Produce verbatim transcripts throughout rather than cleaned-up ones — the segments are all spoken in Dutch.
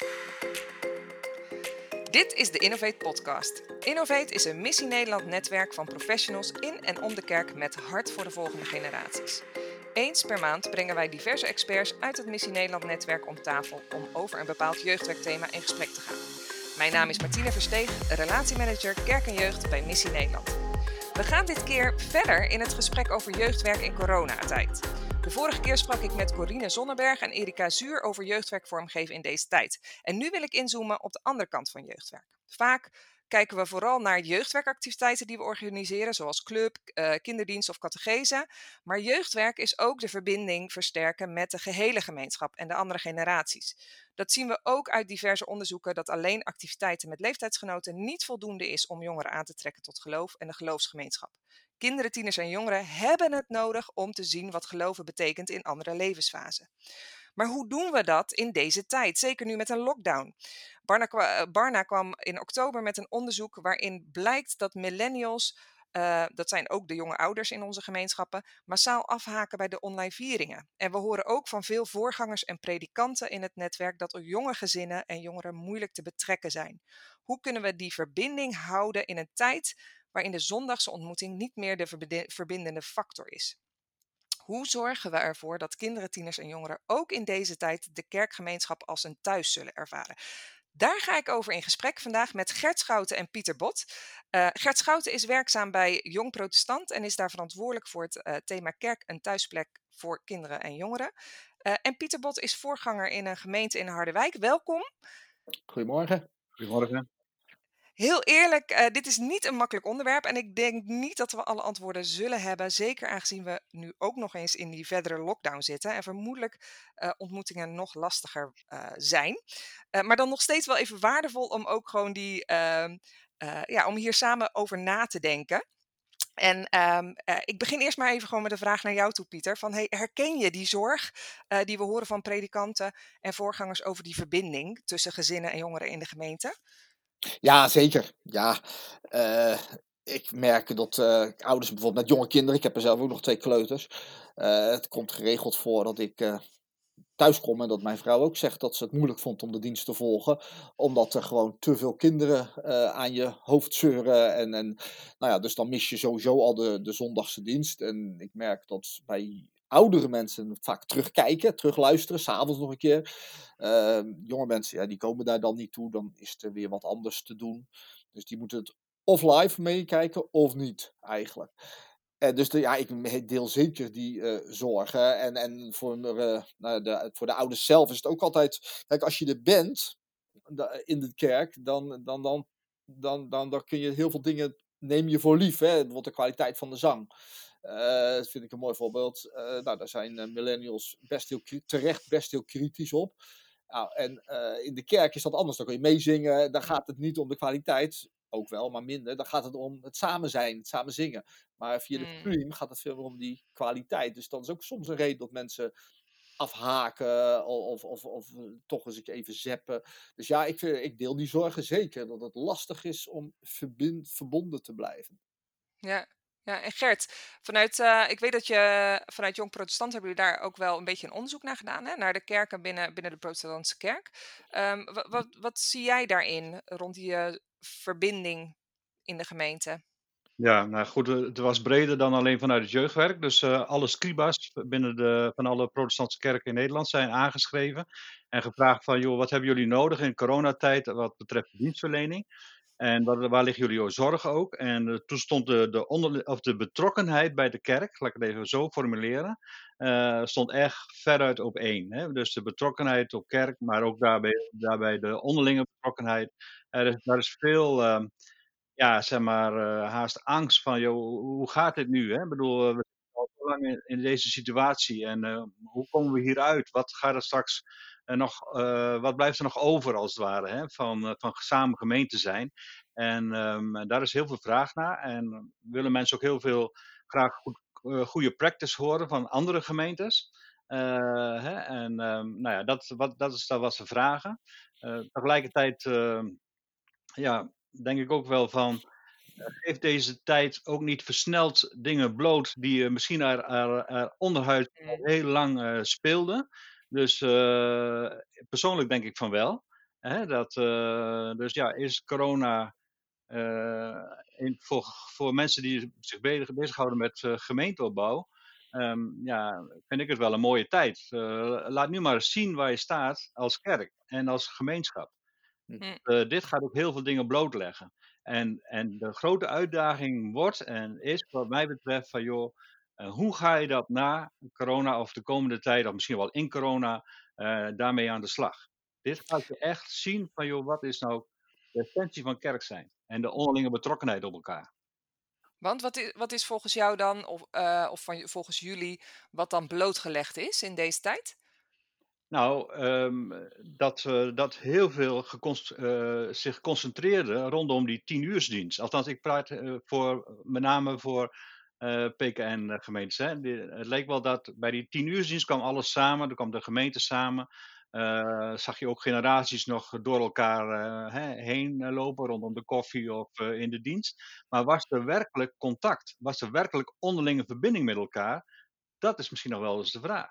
Dit is de Innovate podcast. Innovate is een Missie Nederland netwerk van professionals in en om de kerk met hart voor de volgende generaties. Eens per maand brengen wij diverse experts uit het Missie Nederland netwerk om tafel om over een bepaald jeugdwerkthema in gesprek te gaan. Mijn naam is Martine Versteeg, relatiemanager Kerk en Jeugd bij Missie Nederland. We gaan dit keer verder in het gesprek over jeugdwerk in coronatijd. De vorige keer sprak ik met Corine Zonneberg en Erika Zuur over jeugdwerk vormgeven in deze tijd. En nu wil ik inzoomen op de andere kant van jeugdwerk. Vaak kijken we vooral naar jeugdwerkactiviteiten die we organiseren, zoals club, uh, kinderdienst of catechese. Maar jeugdwerk is ook de verbinding versterken met de gehele gemeenschap en de andere generaties. Dat zien we ook uit diverse onderzoeken, dat alleen activiteiten met leeftijdsgenoten niet voldoende is om jongeren aan te trekken tot geloof en de geloofsgemeenschap. Kinderen, tieners en jongeren hebben het nodig om te zien wat geloven betekent in andere levensfasen. Maar hoe doen we dat in deze tijd, zeker nu met een lockdown? Barna, kwa, Barna kwam in oktober met een onderzoek waarin blijkt dat millennials, uh, dat zijn ook de jonge ouders in onze gemeenschappen, massaal afhaken bij de online vieringen. En we horen ook van veel voorgangers en predikanten in het netwerk dat er jonge gezinnen en jongeren moeilijk te betrekken zijn. Hoe kunnen we die verbinding houden in een tijd waarin de zondagse ontmoeting niet meer de verbindende factor is? Hoe zorgen we ervoor dat kinderen, tieners en jongeren ook in deze tijd de kerkgemeenschap als een thuis zullen ervaren? Daar ga ik over in gesprek vandaag met Gert Schouten en Pieter Bot. Uh, Gert Schouten is werkzaam bij Jong Protestant en is daar verantwoordelijk voor het uh, thema kerk een thuisplek voor kinderen en jongeren. Uh, en Pieter Bot is voorganger in een gemeente in Harderwijk. Welkom. Goedemorgen. Goedemorgen. Heel eerlijk, uh, dit is niet een makkelijk onderwerp en ik denk niet dat we alle antwoorden zullen hebben. Zeker aangezien we nu ook nog eens in die verdere lockdown zitten en vermoedelijk uh, ontmoetingen nog lastiger uh, zijn. Uh, maar dan nog steeds wel even waardevol om ook gewoon die, uh, uh, ja, om hier samen over na te denken. En um, uh, ik begin eerst maar even gewoon met een vraag naar jou toe, Pieter. Van, hey, herken je die zorg uh, die we horen van predikanten en voorgangers over die verbinding tussen gezinnen en jongeren in de gemeente? Ja, zeker. Ja, uh, ik merk dat uh, ouders bijvoorbeeld met jonge kinderen, ik heb er zelf ook nog twee kleuters, uh, het komt geregeld voor dat ik uh, thuis kom en dat mijn vrouw ook zegt dat ze het moeilijk vond om de dienst te volgen, omdat er gewoon te veel kinderen uh, aan je hoofd zeuren. En, en, nou ja, dus dan mis je sowieso al de, de zondagse dienst. En ik merk dat bij oudere mensen vaak terugkijken, terugluisteren, s'avonds nog een keer. Uh, jonge mensen, ja, die komen daar dan niet toe, dan is er weer wat anders te doen. Dus die moeten het of live meekijken of niet, eigenlijk. En dus de, ja, ik deel zeker die uh, zorgen. En, en voor, uh, nou, de, voor de ouders zelf is het ook altijd... Kijk, als je er bent in de kerk, dan, dan, dan, dan, dan, dan kun je heel veel dingen... Neem je voor lief, hè? Bijvoorbeeld de kwaliteit van de zang. Uh, dat vind ik een mooi voorbeeld. Uh, nou, daar zijn uh, millennials best heel, terecht best heel kritisch op. Nou, en uh, in de kerk is dat anders. Dan kun je meezingen. Dan gaat het niet om de kwaliteit. Ook wel, maar minder. Dan gaat het om het samen zijn, het samen zingen. Maar via de stream gaat het veel meer om die kwaliteit. Dus dat is ook soms een reden dat mensen afhaken of, of, of toch eens even zappen. Dus ja, ik, ik deel die zorgen zeker. Dat het lastig is om verbind, verbonden te blijven. Ja. Ja, en Gert, vanuit, uh, ik weet dat je vanuit Jong Protestant hebben jullie daar ook wel een beetje een onderzoek naar gedaan, hè? Naar de kerken binnen, binnen de protestantse kerk. Um, wat, wat, wat zie jij daarin rond die uh, verbinding in de gemeente? Ja, nou goed, het was breder dan alleen vanuit het jeugdwerk. Dus uh, alle scriba's binnen de, van alle protestantse kerken in Nederland zijn aangeschreven en gevraagd van, joh, wat hebben jullie nodig in coronatijd wat betreft de dienstverlening? En waar, waar liggen jullie zorgen ook? En uh, toen stond de, de, onder, of de betrokkenheid bij de kerk, laat ik het even zo formuleren, uh, stond echt veruit op één. Hè? Dus de betrokkenheid op kerk, maar ook daarbij, daarbij de onderlinge betrokkenheid. Er is, daar is veel... Uh, ja, zeg maar, uh, haast angst van, joh, hoe gaat dit nu? Hè? Ik bedoel, uh, we zitten al zo lang in, in deze situatie en uh, hoe komen we hieruit? Wat gaat er straks uh, nog, uh, wat blijft er nog over als het ware, hè? Van, uh, van samen gemeente zijn? En um, daar is heel veel vraag naar en willen mensen ook heel veel graag goed, uh, goede practice horen van andere gemeentes. Uh, hè? En um, nou ja, dat, wat, dat is dan wat ze vragen. Uh, tegelijkertijd, uh, ja, denk ik ook wel van, uh, geeft deze tijd ook niet versneld dingen bloot die uh, misschien er, er, er onderhuid al Mm. heel lang uh, speelden. Dus uh, persoonlijk denk ik van wel. Hè, dat, uh, dus ja, is corona uh, in, voor, voor mensen die zich bezig, bezighouden met uh, gemeenteopbouw, um, ja, vind ik het wel een mooie tijd. Uh, laat nu maar eens zien waar je staat als kerk en als gemeenschap. Hm. Uh, dit gaat ook heel veel dingen blootleggen. En, en de grote uitdaging wordt en is, wat mij betreft, van joh, uh, hoe ga je dat na corona of de komende tijd, of misschien wel in corona, uh, daarmee aan de slag? Dit gaat je echt zien van joh, wat is nou de essentie van kerk zijn en de onderlinge betrokkenheid op elkaar. Want wat is, wat is volgens jou dan, of, uh, of van, volgens jullie, wat dan blootgelegd is in deze tijd? Nou, um, dat, uh, dat heel veel geconst- uh, zich concentreerde rondom die tien-uursdienst. Althans, ik praat uh, voor, met name voor uh, P K N-gemeentes. Het leek wel dat bij die tien-uursdienst kwam alles samen, er kwam de gemeente samen. Uh, zag je ook generaties nog door elkaar uh, hè, heen lopen rondom de koffie of uh, in de dienst. Maar was er werkelijk contact? Was er werkelijk onderlinge verbinding met elkaar? Dat is misschien nog wel eens de vraag.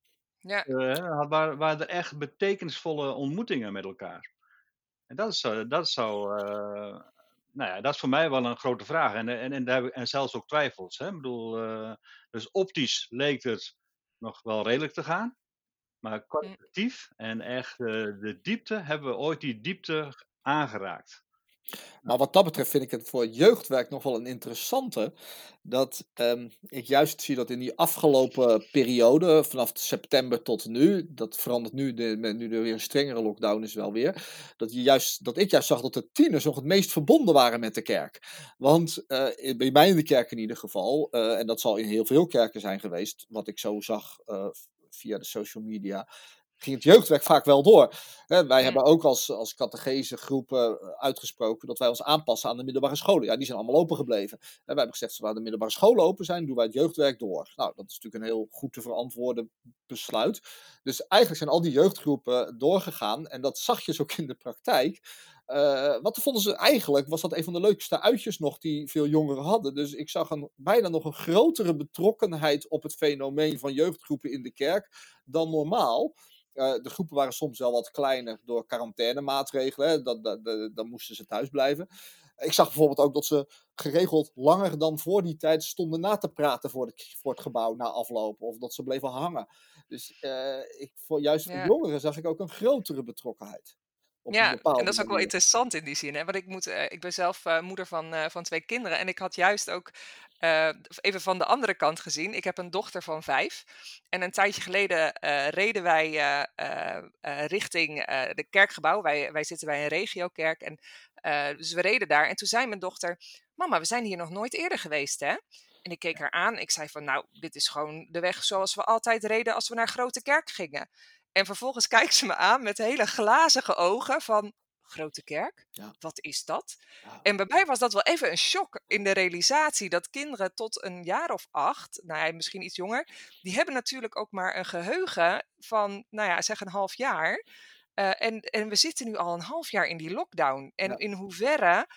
Ja, Uh, waren, waren er echt betekenisvolle ontmoetingen met elkaar? En dat is, uh, dat zou, uh, nou ja, dat is voor mij wel een grote vraag. En, en, en, daar heb ik, en zelfs ook twijfels. Hè? Ik bedoel, uh, dus optisch leek het nog wel redelijk te gaan. Maar hm, kwalitatief en echt uh, de diepte, hebben we ooit die diepte aangeraakt. Maar wat dat betreft vind ik het voor jeugdwerk nog wel een interessante. Dat um, ik juist zie dat in die afgelopen periode, vanaf september tot nu, dat verandert nu, de, met nu er weer een strengere lockdown is wel weer. Dat, je juist, dat ik juist zag dat de tieners nog het meest verbonden waren met de kerk. Want uh, bij mij in de kerk in ieder geval, uh, en dat zal in heel veel kerken zijn geweest, wat ik zo zag uh, via de social media, ging het jeugdwerk vaak wel door. Hè, wij hm. hebben ook als, als catechese groepen uitgesproken dat wij ons aanpassen aan de middelbare scholen. Ja, die zijn allemaal open gebleven. En wij hebben gezegd, zodra de middelbare scholen open zijn, doen wij het jeugdwerk door. Nou, dat is natuurlijk een heel goed te verantwoorden besluit. Dus eigenlijk zijn al die jeugdgroepen doorgegaan. En dat zag je dus ook in de praktijk. Uh, wat vonden ze eigenlijk, was dat een van de leukste uitjes nog die veel jongeren hadden. Dus ik zag een, bijna nog een grotere betrokkenheid op het fenomeen van jeugdgroepen in de kerk dan normaal. Uh, de groepen waren soms wel wat kleiner door quarantainemaatregelen. Hè. Dat, dat, dat, dan moesten ze thuis blijven. Ik zag bijvoorbeeld ook dat ze geregeld langer dan voor die tijd stonden na te praten voor, de, voor het gebouw na aflopen. Of dat ze bleven hangen. Dus uh, ik, voor, juist voor Ja. jongeren zag ik ook een grotere betrokkenheid. Op een Ja, en bepaalde dat is ook wel manier. interessant in die zin, hè? Want ik moet, uh, ik ben zelf uh, moeder van, uh, van twee kinderen en ik had juist ook uh, even van de andere kant gezien. Ik heb een dochter van vijf en een tijdje geleden uh, reden wij uh, uh, uh, richting uh, de kerkgebouw. Wij, wij zitten bij een regiokerk en uh, dus we reden daar en toen zei mijn dochter: "Mama, we zijn hier nog nooit eerder geweest, hè?" En ik keek haar aan. Ik zei van, nou, dit is gewoon de weg zoals we altijd reden als we naar Grote Kerk gingen. En vervolgens kijkt ze me aan met hele glazige ogen van, Grote Kerk? Ja. Wat is dat? Ja. En bij mij was dat wel even een shock in de realisatie dat kinderen tot een jaar of acht, nou ja, misschien iets jonger, die hebben natuurlijk ook maar een geheugen van, nou ja, zeg een half jaar. Uh, en, en we zitten nu al een half jaar in die lockdown. En Ja. in hoeverre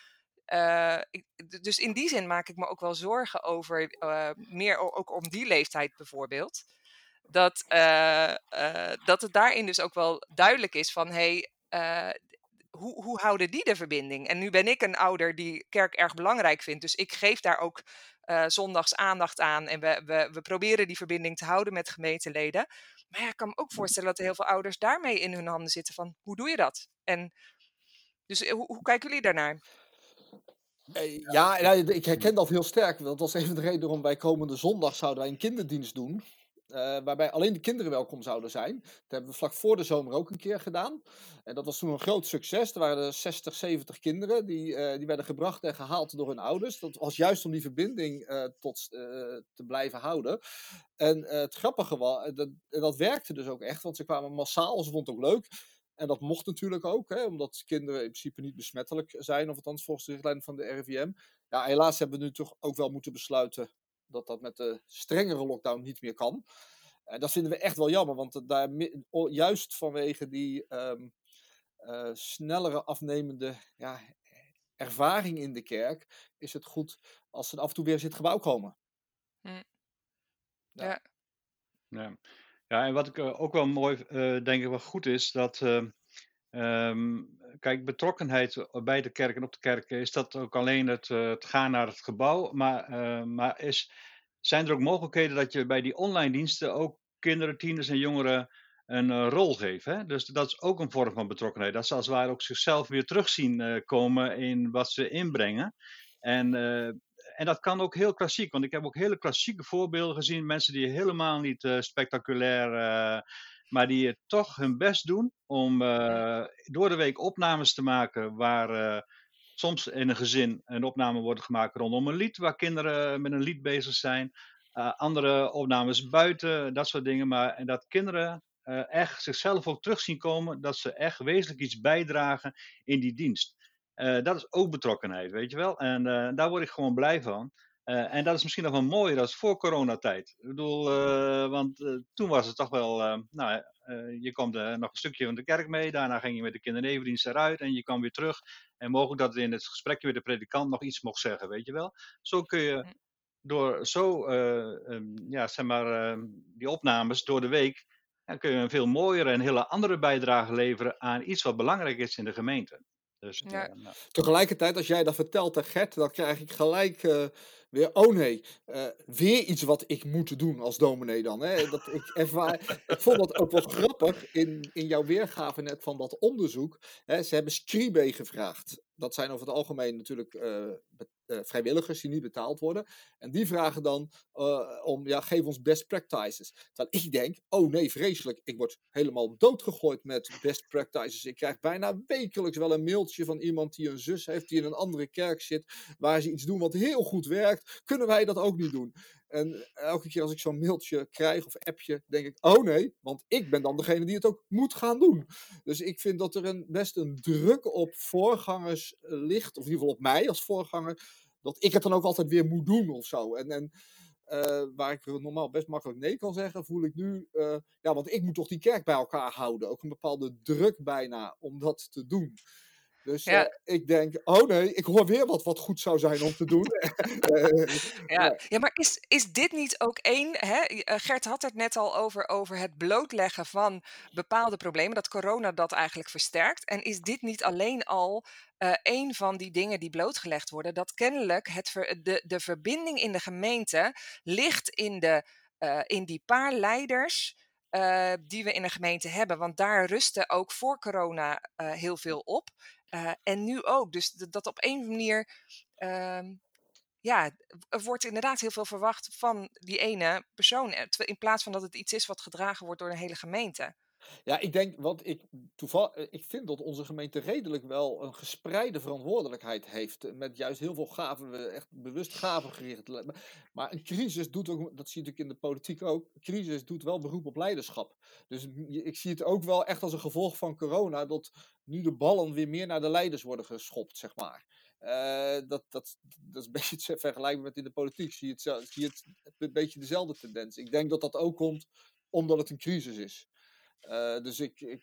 uh, ik, dus in die zin maak ik me ook wel zorgen over, uh, meer ook om die leeftijd bijvoorbeeld. Dat, uh, uh, dat het daarin dus ook wel duidelijk is van, hey, uh, hoe, hoe houden die de verbinding? En nu ben ik een ouder die kerk erg belangrijk vindt. Dus ik geef daar ook uh, zondags aandacht aan. En we, we, we proberen die verbinding te houden met gemeenteleden. Maar ja, ik kan me ook voorstellen dat er heel veel ouders daarmee in hun handen zitten van, hoe doe je dat? En dus hoe, hoe kijken jullie daarnaar? Uh, ja, ja, ik herken dat heel sterk. Dat was even de reden waarom wij komende zondag zouden wij een kinderdienst doen. Uh, waarbij alleen de kinderen welkom zouden zijn. Dat hebben we vlak voor de zomer ook een keer gedaan. En dat was toen een groot succes. Er waren er zestig, zeventig kinderen die, uh, die werden gebracht en gehaald door hun ouders. Dat was juist om die verbinding uh, tot, uh, te blijven houden. En uh, het grappige was, dat, dat werkte dus ook echt, want ze kwamen massaal. Ze vonden het ook leuk. En dat mocht natuurlijk ook, hè, omdat kinderen in principe niet besmettelijk zijn, of althans volgens de richtlijnen van de R I V M. Ja, helaas hebben we nu toch ook wel moeten besluiten dat dat met de strengere lockdown niet meer kan. En dat vinden we echt wel jammer, want daar, juist vanwege die um, uh, snellere afnemende ja, ervaring in de kerk, is het goed als ze af en toe weer eens in het gebouw komen. Hm. Ja. Ja. Ja. Ja, en wat ik uh, ook wel mooi uh, denk ik wel goed is, dat uh, Ehm, kijk, betrokkenheid bij de kerk en op de kerk, is dat ook alleen het, eh, het gaan naar het gebouw? Maar, eh, maar is, zijn er ook mogelijkheden dat je bij die online diensten ook kinderen, tieners en jongeren een eh, rol geeft? Hè? Dus dat is ook een vorm van betrokkenheid. Dat ze als het ware ook zichzelf weer terugzien eh, komen in wat ze inbrengen. En, eh, en dat kan ook heel klassiek, want ik heb ook hele klassieke voorbeelden gezien. Mensen die helemaal niet eh, spectaculair, eh, maar die toch hun best doen om Mm. eh, door de week opnames te maken waar eh, soms in een gezin een opname wordt gemaakt rondom een lied, waar kinderen met een lied bezig zijn. Eh, andere opnames buiten, dat soort dingen. Maar en dat kinderen eh, echt zichzelf ook terug zien komen, dat ze echt wezenlijk iets bijdragen in die dienst. Eh, dat is ook betrokkenheid, weet je wel. En eh, daar word ik gewoon blij van. Eh, en dat is misschien nog wel mooier als voor coronatijd. Ik bedoel, eh, want eh, toen was het toch wel, eh, nou, eh, je kwam er nog een stukje van de kerk mee, daarna ging je met de kindernevendienst eruit en je kwam weer terug. En mogelijk dat in het gesprekje met de predikant nog iets mocht zeggen, weet je wel. Zo kun je Mm. door zo, eh, ehm, ja, zeg maar, ehm, die opnames door de week, dan kun je een veel mooiere en hele andere bijdrage leveren aan iets wat belangrijk is in de gemeente. Dus, eh, Ja. nou, Tegelijkertijd, als jij dat vertelt aan Gert, dan krijg ik gelijk eh, weer, oh nee, eh, weer iets wat ik moet doen als dominee dan. Hè? Dat ik, ervaar, ik vond dat ook wel grappig in, in jouw weergave net van dat onderzoek. Hè? Ze hebben Scribe gevraagd. Dat zijn over het algemeen natuurlijk eh, be- eh, vrijwilligers die niet betaald worden. En die vragen dan eh, om, ja, geef ons best practices. Terwijl ik denk, oh nee, vreselijk. Ik word helemaal doodgegooid met best practices. Ik krijg bijna wekelijks wel een mailtje van iemand die een zus heeft die in een andere kerk zit, waar ze iets doen wat heel goed werkt. Kunnen wij dat ook niet doen? En elke keer als ik zo'n mailtje krijg of appje, denk ik, oh nee, want ik ben dan degene die het ook moet gaan doen. Dus ik vind dat er een, best een druk op voorgangers eh, ligt, of in ieder geval op mij als voorganger, dat ik het dan ook altijd weer moet doen of zo. En, en eh, waar ik normaal best makkelijk nee kan zeggen, voel ik nu, eh, ja, want ik moet toch die kerk bij elkaar houden. Ook een bepaalde druk bijna om dat te doen. Dus eh, Ja, ik denk, oh nee, ik hoor weer wat wat goed zou zijn om te doen. Eh, ja. ja, Ja, maar is, is dit niet ook één, hè? eh, Gert had het net al over, over het blootleggen van bepaalde problemen, dat corona dat eigenlijk versterkt. En is dit niet alleen al eh een van die dingen die blootgelegd worden, dat kennelijk het ver- de, de verbinding in de gemeente ligt in, de, eh, in die paar leiders eh, die we in de gemeente hebben. Want daar rustte ook voor corona eh, heel veel op. Eh, en nu ook. Dus d- dat op een manier. ehm, ja, er wordt inderdaad heel veel verwacht van die ene persoon. eh, terwijl- In plaats van dat het iets is wat gedragen wordt door een hele gemeente. ja, ik denk, wat ik toevallig, ik vind dat onze gemeente redelijk wel een gespreide verantwoordelijkheid heeft. eh, Met juist heel veel gaven, we echt bewust gavengericht. le- Maar maar een crisis doet ook, dat zie je natuurlijk in de politiek ook, een crisis doet wel beroep op leiderschap. Dus je- ik zie het ook wel echt als een gevolg van corona, dat nu de ballen weer meer naar de leiders worden geschopt, zeg maar. Eh, dat, dat, dat is een beetje te vergelijken met in de politiek. Zie je het, zo- zie je het een beetje dezelfde tendens. Ik denk dat dat ook komt omdat het een crisis is. Eh, dus ik, ik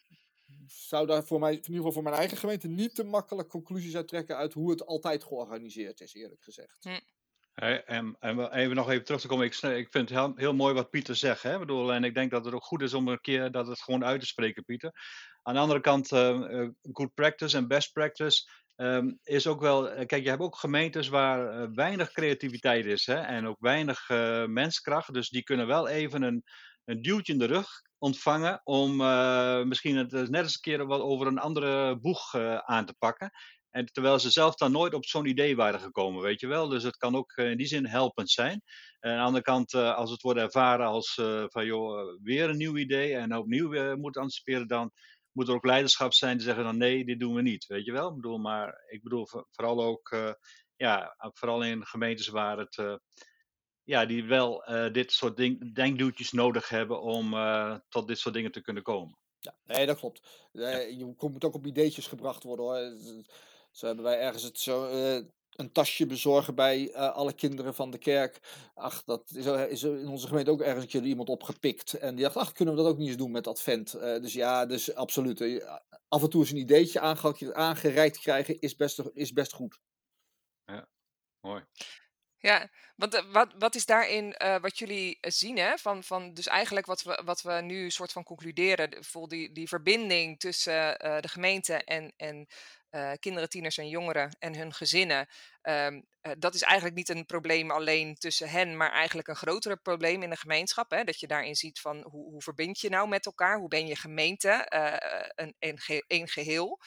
zou daar voor mij, in ieder geval voor mijn eigen gemeente, niet te makkelijk conclusies uit trekken uit hoe het altijd georganiseerd is, eerlijk gezegd. Hm. Hè, en, en wel even nog even terug te komen. Ik, sne- ik vind het heel, heel mooi wat Pieter zegt. Hè? Ik bedoel, en ik denk dat het ook goed is om een keer dat het gewoon uit te spreken, Pieter. Aan de andere kant, eh, eh, good practice en best practice ehm, is ook wel. eh, Kijk, je hebt ook gemeentes waar eh, weinig creativiteit is, hè? En ook weinig eh, menskracht. Dus die kunnen wel even een, een duwtje in de rug ontvangen om eh, misschien het eh, net eens een keer wat over een andere boeg eh, aan te pakken. En terwijl ze zelf dan nooit op zo'n idee waren gekomen, weet je wel. Dus het kan ook eh, in die zin helpend zijn. En aan de andere kant, eh, als het wordt ervaren als eh, van joh, eh, weer een nieuw idee en opnieuw eh, moet anticiperen, dan moet er ook leiderschap zijn die zeggen dan nee, dit doen we niet, weet je wel. Ik bedoel, maar ik bedoel voor- vooral ook, eh, ja, vooral in gemeentes waar het, eh, ja, die wel eh, dit soort ding, denkdoetjes nodig hebben om eh, tot dit soort dingen te kunnen komen. Ja, nee, dat klopt. Ja. Eh, je moet ook op ideetjes gebracht worden hoor. Z- Zo hebben wij ergens het zo, eh, een tasje bezorgen bij eh, alle kinderen van de kerk. Ach, dat is, er- is er in onze gemeente ook ergens een keer iemand opgepikt. En die dacht, ach, kunnen we dat ook niet eens doen met Advent? Eh, dus ja, dus absoluut. Eh, af en toe eens een ideetje aange- aangereikt krijgen is best, is best goed. Ja, mooi. Ja, want, eh, wat wat is daarin, eh, wat jullie eh, zien, hè, van van dus eigenlijk wat we wat we nu soort van concluderen, de vol die die verbinding tussen, eh, de gemeente en en, eh, kinderen, tieners en jongeren en hun gezinnen, ehm, eh, dat is eigenlijk niet een probleem alleen tussen hen, maar eigenlijk een grotere probleem in de gemeenschap, hè? Dat je daarin ziet van hoe hoe verbind je nou met elkaar? Hoe ben je gemeente, eh, eh, een een ge één geheel,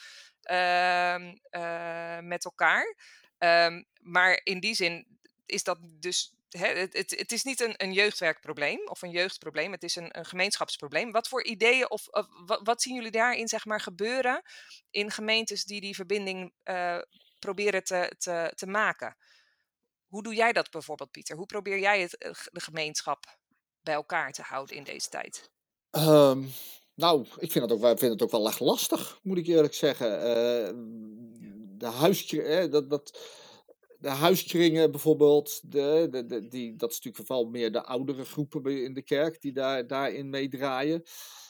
ehm, eh, met elkaar? Ehm, maar in die zin is dat dus. Hè, het, het, het is niet een, een jeugdwerkprobleem of een jeugdprobleem, het is een, een gemeenschapsprobleem. Wat voor ideeën of, of wat, wat zien jullie daarin zeg maar, gebeuren in gemeentes die die verbinding eh, proberen te, te, te maken? Hoe doe jij dat bijvoorbeeld, Pieter? Hoe probeer jij het, eh, de gemeenschap bij elkaar te houden in deze tijd? Ehm, nou, ik vind het ook wel vind het ook wel echt lastig, moet ik eerlijk zeggen. Eh, de huiskring hè, dat dat de huiskringen bijvoorbeeld, de de de die dat is natuurlijk vooral meer de oudere groepen bij in de kerk die daar daarin meedraaien.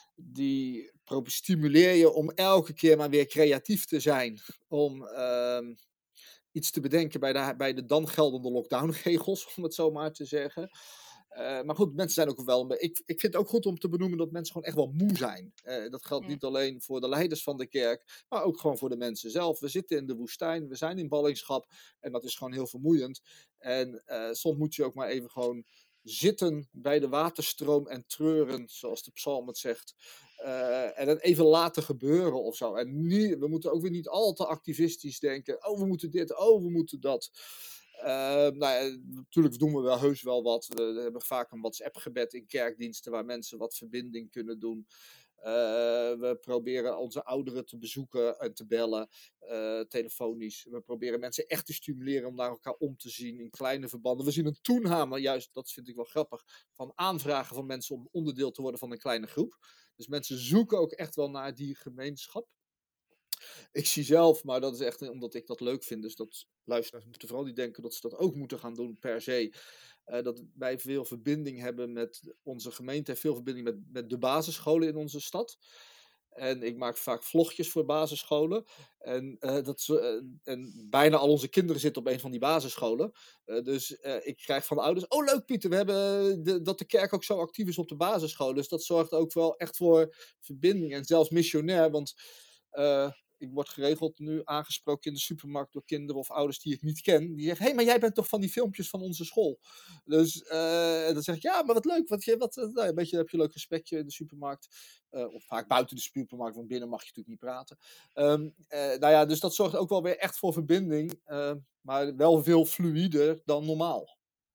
Die prob stimuleer je om elke keer maar weer creatief te zijn, om, ehm, iets te bedenken bij de bij de dan geldende lockdownregels, om het zo maar te zeggen. Eh, maar goed, mensen zijn ook wel. een be- Ik, ik vind het ook goed om te benoemen dat mensen gewoon echt wel moe zijn. Eh, dat geldt Mm, niet alleen voor de leiders van de kerk, maar ook gewoon voor de mensen zelf. We zitten in de woestijn, we zijn in ballingschap en dat is gewoon heel vermoeiend. En eh, soms moet je ook maar even gewoon zitten bij de waterstroom en treuren, zoals de psalm het zegt. Eh, en het even laten gebeuren of zo. En niet, we moeten ook weer niet al te activistisch denken. Oh, we moeten dit, oh, we moeten dat. Uh, nou ja, natuurlijk doen we wel heus wel wat. We, we hebben vaak een WhatsApp-gebed in kerkdiensten waar mensen wat verbinding kunnen doen. Uh, we proberen onze ouderen te bezoeken en te bellen, uh, telefonisch. We proberen mensen echt te stimuleren om naar elkaar om te zien in kleine verbanden. We zien een toename, juist, dat vind ik wel grappig, van aanvragen van mensen om onderdeel te worden van een kleine groep. Dus mensen zoeken ook echt wel naar die gemeenschap. Ik zie zelf, maar dat is echt omdat ik dat leuk vind. Dus dat luisteraars moeten vooral niet denken dat ze dat ook moeten gaan doen per se. Uh, dat wij veel verbinding hebben met onze gemeente. Veel verbinding met, met de basisscholen in onze stad. En ik maak vaak vlogjes voor basisscholen. En, uh, dat ze, uh, en bijna al onze kinderen zitten op een van die basisscholen. Uh, dus uh, ik krijg van de ouders: oh leuk Pieter, we hebben de, dat de kerk ook zo actief is op de basisscholen. Dus dat zorgt ook wel echt voor verbinding. En zelfs missionair, want uh, ik word geregeld nu aangesproken in de supermarkt door kinderen of ouders die ik niet ken. Die zeggen: hé, hey, maar jij bent toch van die filmpjes van onze school? Dus uh, en dan zeg ik: ja, maar wat leuk. Wat, je, wat, nou, een beetje heb je een leuk gesprekje in de supermarkt. Uh, of vaak buiten de supermarkt, want binnen mag je natuurlijk niet praten. Um, uh, nou ja, dus dat zorgt ook wel weer echt voor verbinding. Uh, maar wel veel fluïder dan normaal.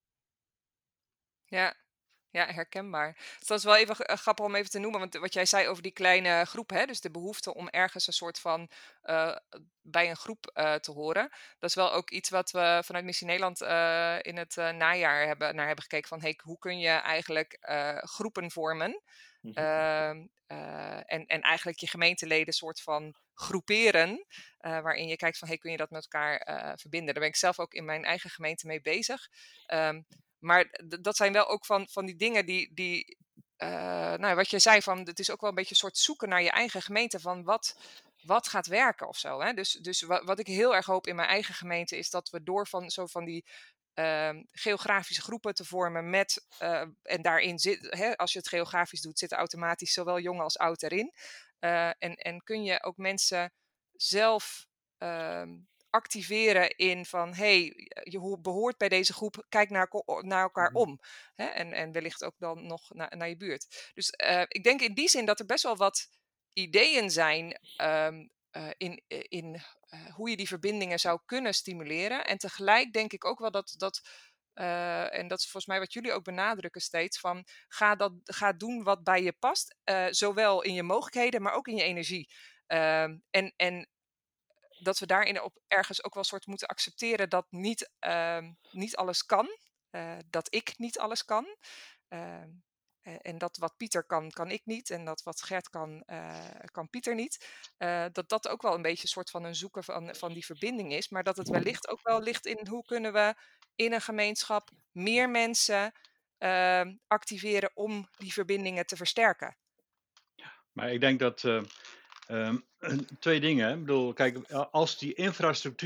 Ja. Ja, herkenbaar. Dus dat is wel even g- eh, grappig om even te noemen, want wat jij zei over die kleine groep, hè, dus de behoefte om ergens een soort van eh, bij een groep eh, te horen. Dat is wel ook iets wat we vanuit Missie Nederland eh, in het eh, najaar hebben, naar hebben gekeken van, hey, hoe kun je eigenlijk eh, groepen vormen? Mhm. Ehm, eh, en, en eigenlijk je gemeenteleden soort van groeperen, eh, waarin je kijkt van, hey, kun je dat met elkaar eh, verbinden? Daar ben ik zelf ook in mijn eigen gemeente mee bezig. Ehm, maar d- dat zijn wel ook van, van die dingen die, die eh, nou, wat je zei, van, het is ook wel een beetje een soort zoeken naar je eigen gemeente, van wat, wat gaat werken of zo. Hè? Dus, dus wat, wat ik heel erg hoop in mijn eigen gemeente is dat we door van zo van die ehm, geografische groepen te vormen met, eh, en daarin zit, hè, als je het geografisch doet, zitten automatisch zowel jong als oud erin. Eh, en, en kun je ook mensen zelf ehm, activeren in van, hey, je ho- behoort bij deze groep, kijk naar, ko- naar elkaar Mhm. om. Hè? En, en wellicht ook dan nog na- naar je buurt. Dus eh, ik denk in die zin dat er best wel wat ideeën zijn ehm, eh, in, in eh, hoe je die verbindingen zou kunnen stimuleren. En tegelijk denk ik ook wel dat, dat eh, en dat is volgens mij wat jullie ook benadrukken steeds, van ga, dat, ga doen wat bij je past, eh, zowel in je mogelijkheden, maar ook in je energie. Ehm, en, en dat we daarin op ergens ook wel soort moeten accepteren dat niet, ehm, niet alles kan. eh, dat ik niet alles kan. Ehm, eh, en dat wat Pieter kan, kan ik niet. En dat wat Gert kan, eh, kan Pieter niet. Eh, dat dat ook wel een beetje een soort van een zoeken van, van die verbinding is. Maar dat het wellicht ook wel ligt in hoe kunnen we in een gemeenschap meer mensen ehm, activeren om die verbindingen te versterken. Maar ik denk dat, eh, ehm, twee dingen. Hè. Ik bedoel, kijk, a- als die infrastructuur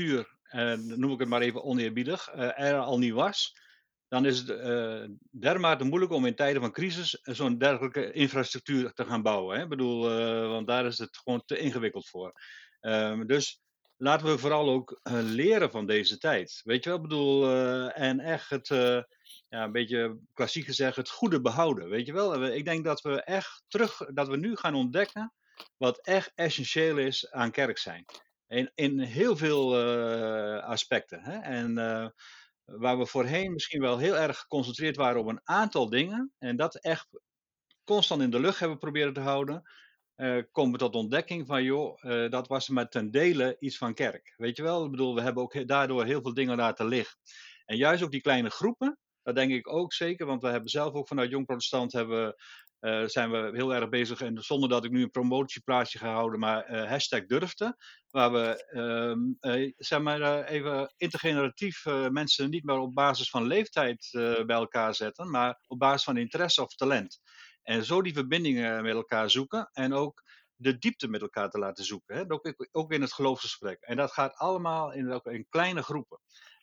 en dan noem ik het maar even oneerbiedig, eh, er al niet was, dan is het eh, dermate moeilijk om in tijden van crisis zo'n dergelijke infrastructuur te gaan bouwen. Hè? Ik bedoel, eh, want daar is het gewoon te ingewikkeld voor. Ehm, dus laten we vooral ook eh, leren van deze tijd. Weet je wel, ik bedoel, eh, en echt het, eh, ja, een beetje klassiek gezegd, het goede behouden. Weet je wel, ik denk dat we echt terug, dat we nu gaan ontdekken wat echt essentieel is aan kerk zijn. In, in heel veel eh, aspecten. Hè? En uh, waar we voorheen misschien wel heel erg geconcentreerd waren op een aantal dingen. En dat echt constant in de lucht hebben proberen te houden. Uh, komen we tot ontdekking van, joh, uh, dat was maar ten dele iets van kerk. Weet je wel? Ik bedoel, we hebben ook daardoor heel veel dingen laten liggen. En juist ook die kleine groepen, dat denk ik ook zeker. Want we hebben zelf ook vanuit Jong Protestant hebben uh, zijn we heel erg bezig, en zonder dat ik nu een promotieplaatsje ga houden, maar uh, hashtag durfde, waar we uh, uh, zeg maar uh, even intergeneratief uh, mensen niet meer op basis van leeftijd uh, bij elkaar zetten, maar op basis van interesse of talent. En zo die verbindingen met elkaar zoeken en ook de diepte met elkaar te laten zoeken. Hè? Ook, ook in het geloofsgesprek. En dat gaat allemaal in, in kleine groepen.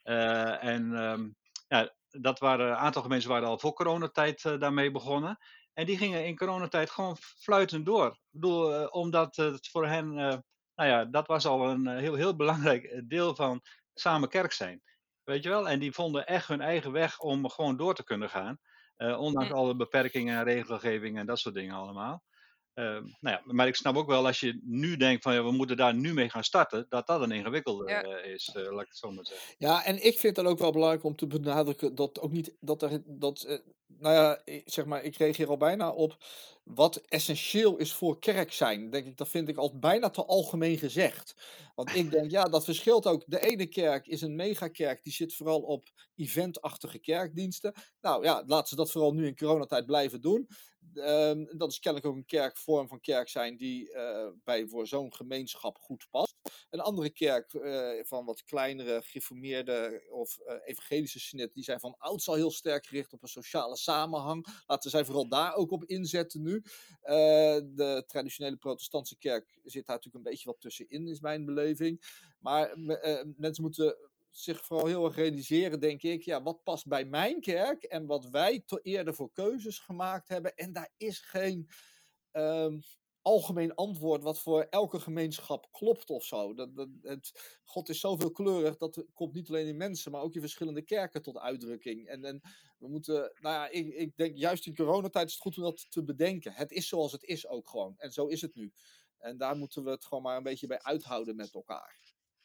Uh, en um, ja, dat waren, een aantal gemeenten waren al voor coronatijd uh, daarmee begonnen. En die gingen in coronatijd gewoon fluitend door. Ik bedoel, uh, omdat het voor hen, uh, nou ja, dat was al een heel, heel belangrijk deel van samen kerk zijn. Weet je wel? En die vonden echt hun eigen weg om gewoon door te kunnen gaan. Uh, ondanks Hm. alle beperkingen en regelgevingen en dat soort dingen allemaal. Uh, nou ja, maar ik snap ook wel als je nu denkt van ja, we moeten daar nu mee gaan starten, dat dat een ingewikkelde Ja. uh, is, uh, laat ik het zo maar zeggen. Ja, en ik vind het ook wel belangrijk om te benadrukken dat ook niet dat er dat uh, nou ja, zeg maar, ik reageer al bijna op wat essentieel is voor kerk zijn. Denk ik, dat vind ik al bijna te algemeen gezegd. Want ik denk, ja, dat verschilt ook. De ene kerk is een megakerk, die zit vooral op eventachtige kerkdiensten. Nou ja, laten ze dat vooral nu in coronatijd blijven doen. Um, dat is kennelijk ook een kerkvorm van kerk zijn die uh, bij voor zo'n gemeenschap goed past. Een andere kerk uh, van wat kleinere, gereformeerde of uh, evangelische snit, die zijn van ouds al heel sterk gericht op een sociale samenhang. Laten zij vooral daar ook op inzetten nu. Uh, de traditionele protestantse kerk zit daar natuurlijk een beetje wat tussenin, is mijn beleving. Maar uh, mensen moeten zich vooral heel erg realiseren, denk ik, ja, wat past bij mijn kerk en wat wij te eerder voor keuzes gemaakt hebben. En daar is geen um, algemeen antwoord wat voor elke gemeenschap klopt of zo. Dat, dat, het, God is zo veelkleurig, dat het komt niet alleen in mensen, maar ook in verschillende kerken tot uitdrukking. En, en we moeten, nou ja, ik, ik denk juist in coronatijd is het goed om dat te bedenken. Het is zoals het is ook gewoon. En zo is het nu. En daar moeten we het gewoon maar een beetje bij uithouden met elkaar.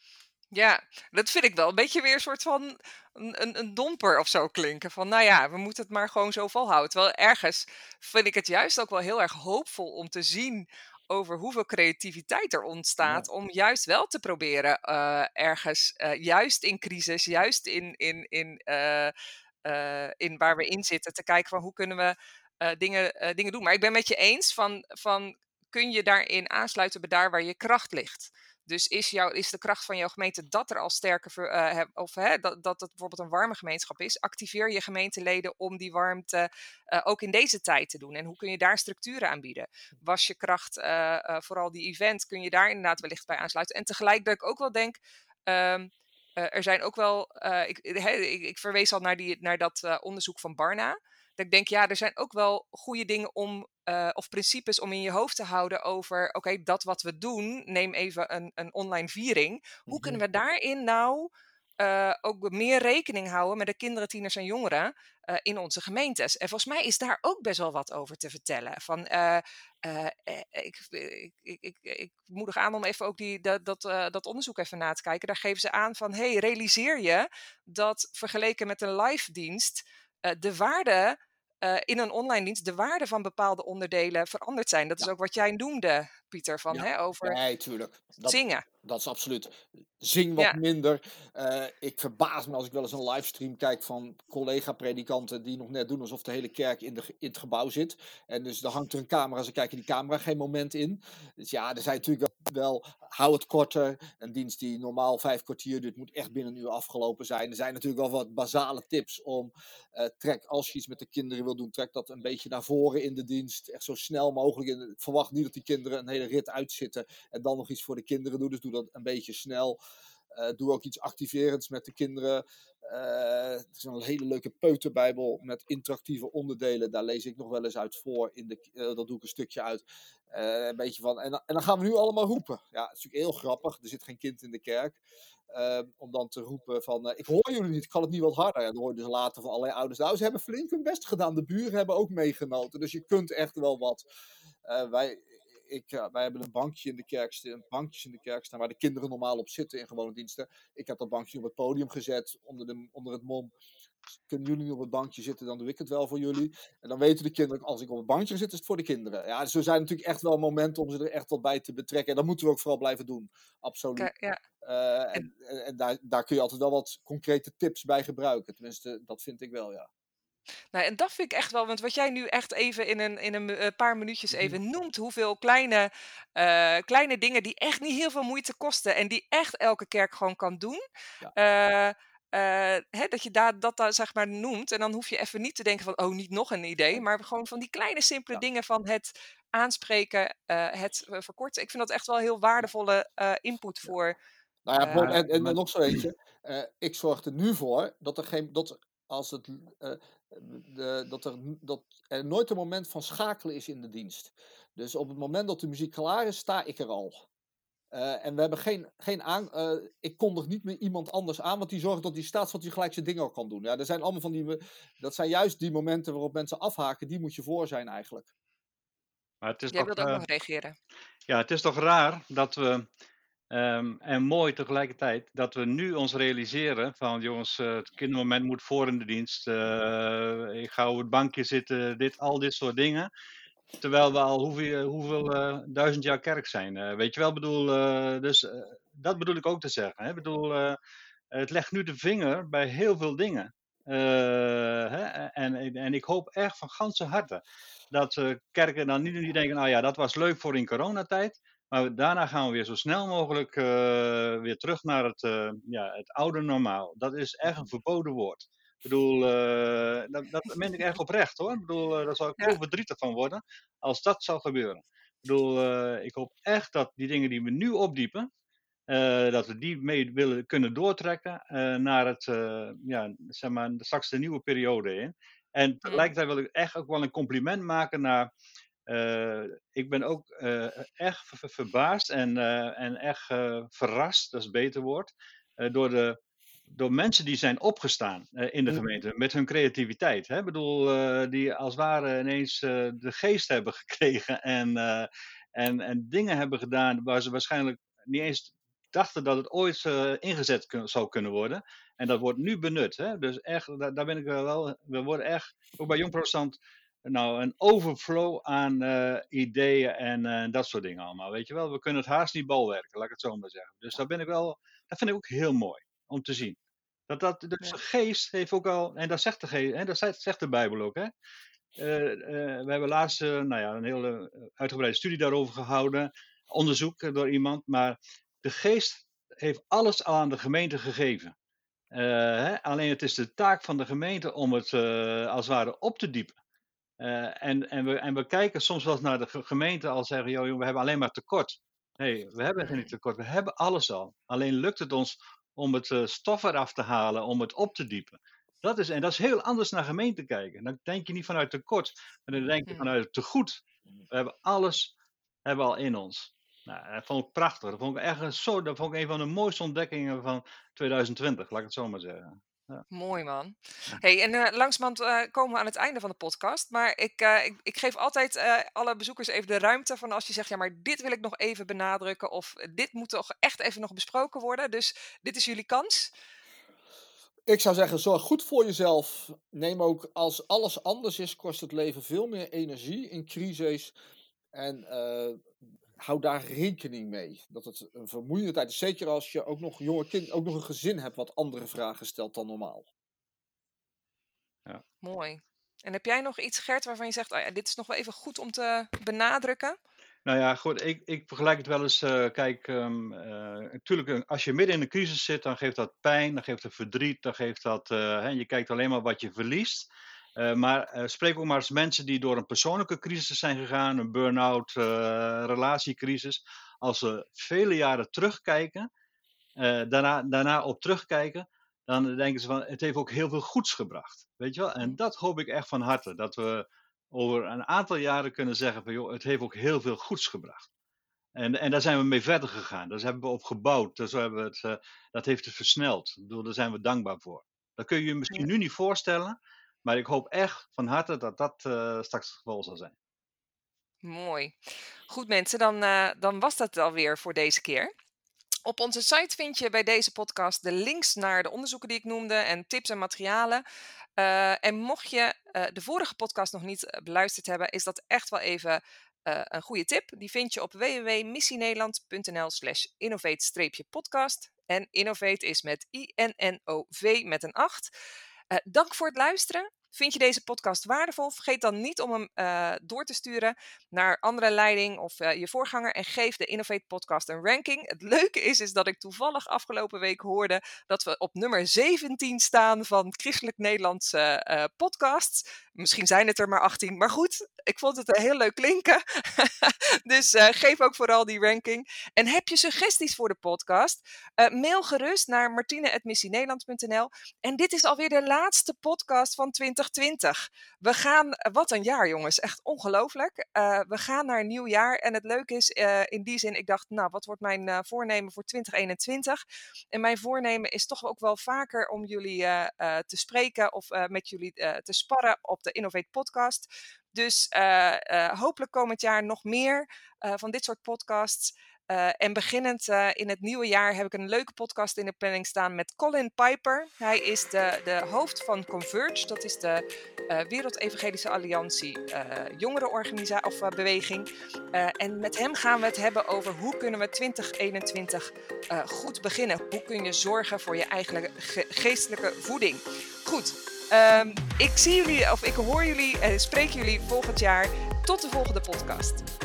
Ja, dat vind ik wel een beetje weer een soort van een, een, een domper of zo klinken. Van nou ja, we moeten het maar gewoon zo volhouden. Terwijl ergens vind ik het juist ook wel heel erg hoopvol om te zien over hoeveel creativiteit er ontstaat. Ja. Om juist wel te proberen uh, ergens, uh, juist in crisis, juist in, in, in, uh, uh, in waar we in zitten, te kijken van hoe kunnen we uh, dingen, uh, dingen doen. Maar ik ben met je eens van, van kun je daarin aansluiten bij daar waar je kracht ligt. Dus is, jouw, is de kracht van jouw gemeente dat er al sterker, ver, uh, heb, of hè, dat, dat het bijvoorbeeld een warme gemeenschap is, activeer je gemeenteleden om die warmte uh, ook in deze tijd te doen. En hoe kun je daar structuren aanbieden? Was je kracht, uh, uh, vooral die event, kun je daar inderdaad wellicht bij aansluiten. En tegelijk dat ik ook wel denk, um, uh, er zijn ook wel, uh, ik, he, ik, ik verwees al naar, die, naar dat uh, onderzoek van Barna. Dat ik denk, ja, er zijn ook wel goede dingen om, uh, of principes om in je hoofd te houden over, oké, okay, dat wat we doen, neem even een, een online viering. Hoe Mm-hmm. kunnen we daarin nou uh, ook meer rekening houden met de kinderen, tieners en jongeren uh, in onze gemeentes? En volgens mij is daar ook best wel wat over te vertellen. Van, uh, uh, ik, ik, ik, ik, ik moedig aan om even ook die, dat, dat, uh, dat onderzoek even na te kijken. Daar geven ze aan van, hey, realiseer je dat vergeleken met een live dienst uh, de waarde uh, in een online dienst, de waarde van bepaalde onderdelen veranderd zijn. Dat is Ja. ook wat jij noemde, Pieter, van, Ja. hè, over nee, tuurlijk. Dat, zingen. Dat is absoluut. Zing wat Ja. minder. Uh, ik verbaas me als ik wel eens een livestream kijk van collega-predikanten die nog net doen alsof de hele kerk in, de, in het gebouw zit. En dus dan hangt er een camera, ze kijken die camera geen moment in. Dus ja, er zijn natuurlijk wel, hou het korter. Een dienst die normaal vijf kwartier duurt, moet echt binnen een uur afgelopen zijn. Er zijn natuurlijk wel wat basale tips om, uh, trek, als je iets met de kinderen wil doen, trek dat een beetje naar voren in de dienst. Echt zo snel mogelijk. In, verwacht niet dat die kinderen een hele rit uitzitten en dan nog iets voor de kinderen doen. Dus doe dat een beetje snel. Uh, doe ook iets activerends met de kinderen. Uh, er is een hele leuke peuterbijbel met interactieve onderdelen. Daar lees ik nog wel eens uit voor. In de, uh, dat doe ik een stukje uit. Uh, een beetje van, en, en dan gaan we nu allemaal roepen. Ja, het is natuurlijk heel grappig. Er zit geen kind in de kerk. Uh, om dan te roepen van, uh, ik hoor jullie niet, ik kan het niet wat harder. En dan hoor je dus later van allerlei ouders. Nou, ze hebben flink hun best gedaan. De buren hebben ook meegenoten. Dus je kunt echt wel wat. Uh, wij... Ik, uh, wij hebben een bankje in de kerk, een bankjes in de kerk staan waar de kinderen normaal op zitten in gewone diensten. Ik heb dat bankje op het podium gezet onder, de, onder het mom. Kunnen jullie niet op het bankje zitten, dan doe ik het wel voor jullie. En dan weten de kinderen, als ik op het bankje zit, is het voor de kinderen. Ja, dus er zijn natuurlijk echt wel momenten om ze er echt wat bij te betrekken. En dat moeten we ook vooral blijven doen. Absoluut. K- ja. Uh, en en, en daar, daar kun je altijd wel wat concrete tips bij gebruiken. Tenminste, dat vind ik wel, ja. Nou, en dat vind ik echt wel, want wat jij nu echt even in een, in een uh, paar minuutjes even noemt, hoeveel kleine, uh, kleine dingen die echt niet heel veel moeite kosten en die echt elke kerk gewoon kan doen. Ja. Uh, uh, hè, dat je daar, dat daar zeg maar noemt en dan hoef je even niet te denken van, oh, niet nog een idee, maar gewoon van die kleine simpele Ja. dingen van het aanspreken, uh, het uh, verkorten. Ik vind dat echt wel heel waardevolle uh, input Ja. voor. Nou ja, Uh, en, en, en nog zo eentje. Uh, ik zorg er nu voor dat er geen, dat als het, uh, de, dat, er, dat er nooit een moment van schakelen is in de dienst. Dus op het moment dat de muziek klaar is, sta ik er al. Uh, en we hebben geen, geen aan, uh, ik kondig niet meer iemand anders aan, want die zorgt dat die staat, zodat hij gelijk zijn dingen al kan doen. Ja, er zijn allemaal van die, dat zijn juist die momenten waarop mensen afhaken, die moet je voor zijn eigenlijk. Maar het is Jij toch, wilde ook uh, nog reageren. Ja, het is toch raar dat we, um, en mooi tegelijkertijd, dat we nu ons realiseren van, jongens, uh, het kindermoment moet voor in de dienst. Uh, ik ga op het bankje zitten, dit, al dit soort dingen. Terwijl we al hoeveel, hoeveel uh, duizend jaar kerk zijn. Uh, weet je wel, bedoel, uh, dus uh, dat bedoel ik ook te zeggen. Hè? Bedoel, uh, het legt nu de vinger bij heel veel dingen. Uh, hè? En, en ik hoop echt van ganse harte dat uh, kerken dan niet, niet denken, nou ja, dat was leuk voor in coronatijd. Maar daarna gaan we weer zo snel mogelijk uh, weer terug naar het, uh, ja, het oude normaal. Dat is echt een verboden woord. Ik bedoel, uh, dat, dat meen ik echt oprecht hoor. Ik bedoel, uh, daar zou ik Ja. heel verdrietig van worden als dat zou gebeuren. Ik bedoel, uh, ik hoop echt dat die dingen die we nu opdiepen, uh, dat we die mee willen kunnen doortrekken uh, naar het, uh, ja, zeg maar, straks de nieuwe periode in. En tegelijkertijd wil ik echt ook wel een compliment maken naar. Uh, ik ben ook uh, echt ver- verbaasd en, uh, en echt uh, verrast, dat is een beter woord, uh, door de door mensen die zijn opgestaan uh, in de gemeente met hun creativiteit. Ik bedoel, uh, die als het ware ineens uh, de geest hebben gekregen en, uh, en, en dingen hebben gedaan waar ze waarschijnlijk niet eens dachten dat het ooit uh, ingezet kun, zou kunnen worden. En dat wordt nu benut. Hè? Dus echt, daar, daar ben ik wel. We worden echt, ook bij Jong Protestant, nou, een overflow aan uh, ideeën en uh, dat soort dingen allemaal. Weet je wel, we kunnen het haast niet bolwerken, laat ik het zo maar zeggen. Dus daar ben ik wel, dat vind ik ook heel mooi om te zien. Dat, dat, dus Ja. de geest heeft ook al, en dat zegt de, geest, hè, dat zegt, zegt de Bijbel ook. Hè? Uh, uh, we hebben laatst uh, nou ja, een hele uitgebreide studie daarover gehouden, onderzoek door iemand, maar de geest heeft alles al aan de gemeente gegeven. Uh, hè? Alleen het is de taak van de gemeente om het uh, als het ware op te diepen. Uh, en, en, we, en we kijken soms wel eens naar de gemeente als zeggen, joh, we hebben alleen maar tekort. Nee, we hebben geen tekort, we hebben alles al. Alleen lukt het ons om het uh, stof eraf te halen, om het op te diepen. Dat is, en dat is heel anders naar gemeente kijken. Dan denk je niet vanuit tekort, maar dan denk je vanuit het tegoed. We hebben alles hebben we al in ons. Nou, dat vond ik prachtig. Dat vond ik, echt zo, dat vond ik een van de mooiste ontdekkingen van twintig twintig, laat ik het zo maar zeggen. Ja. Mooi man. Hey, en uh, langzamerhand uh, komen we aan het einde van de podcast. Maar ik, uh, ik, ik geef altijd uh, alle bezoekers even de ruimte van als je zegt, ja, maar dit wil ik nog even benadrukken. Of dit moet toch echt even nog besproken worden. Dus dit is jullie kans. Ik zou zeggen, zorg goed voor jezelf. Neem ook, als alles anders is, kost het leven veel meer energie in crisis. En uh, hou daar rekening mee. Dat het een vermoeiende tijd is. Zeker als je ook nog jonge kind, ook nog een gezin hebt wat andere vragen stelt dan normaal. Ja. Mooi. En heb jij nog iets, Gert, waarvan je zegt, oh ja, dit is nog wel even goed om te benadrukken? Nou ja, goed, ik, ik vergelijk het wel eens. Uh, kijk, um, uh, natuurlijk, als je midden in een crisis zit, dan geeft dat pijn, dan geeft dat verdriet, dan geeft dat. Uh, hè, je kijkt alleen maar wat je verliest. Uh, maar uh, spreek ook maar eens mensen die door een persoonlijke crisis zijn gegaan, een burn-out, uh, relatiecrisis. Als ze vele jaren terugkijken, uh, daarna, daarna op terugkijken, dan denken ze van, het heeft ook heel veel goeds gebracht. Weet je wel? En dat hoop ik echt van harte. Dat we over een aantal jaren kunnen zeggen van, joh, het heeft ook heel veel goeds gebracht. En, en daar zijn we mee verder gegaan. Daar hebben we op gebouwd. Dus hebben we het, uh, dat heeft het versneld. Bedoel, daar zijn we dankbaar voor. Dat kun je je misschien nu niet voorstellen. Maar ik hoop echt van harte dat dat uh, straks het geval zal zijn. Mooi. Goed mensen, dan, uh, dan was dat alweer voor deze keer. Op onze site vind je bij deze podcast de links naar de onderzoeken die ik noemde en tips en materialen. Uh, en mocht je uh, de vorige podcast nog niet beluisterd hebben, is dat echt wel even uh, een goede tip. Die vind je op w w w punt missienederland.nl slash innovate-podcast. En Innovate is met I N N O V met een acht. Uh, dank voor het luisteren. Vind je deze podcast waardevol? Vergeet dan niet om hem uh, door te sturen naar andere leiding of uh, je voorganger en geef de Innovate podcast een ranking. Het leuke is, is dat ik toevallig afgelopen week hoorde dat we op nummer zeventien staan van Christelijk Nederlandse uh, podcasts. Misschien zijn het er maar achttien, maar goed, ik vond het heel leuk klinken. Dus uh, geef ook vooral die ranking. En heb je suggesties voor de podcast? Uh, mail gerust naar martine at missienederland punt n l. En dit is alweer de laatste podcast van twintig twintig. We gaan, wat een jaar jongens, echt ongelooflijk. Uh, we gaan naar een nieuw jaar en het leuke is, uh, in die zin, ik dacht, nou, wat wordt mijn uh, voornemen voor twintig eenentwintig? En mijn voornemen is toch ook wel vaker om jullie uh, uh, te spreken of uh, met jullie uh, te sparren op de Innovate podcast. Dus uh, uh, hopelijk komend jaar nog meer uh, van dit soort podcasts. Uh, en beginnend uh, in het nieuwe jaar heb ik een leuke podcast in de planning staan met Colin Piper. Hij is de, de hoofd van Converge, dat is de uh, Wereldevangelische Alliantie uh, jongerenorganisatie of uh, beweging. Uh, en met hem gaan we het hebben over hoe kunnen we twintig eenentwintig uh, goed beginnen. Hoe kun je zorgen voor je eigen ge- geestelijke voeding. Goed, um, ik zie jullie of ik hoor jullie en uh, spreek jullie volgend jaar. Tot de volgende podcast.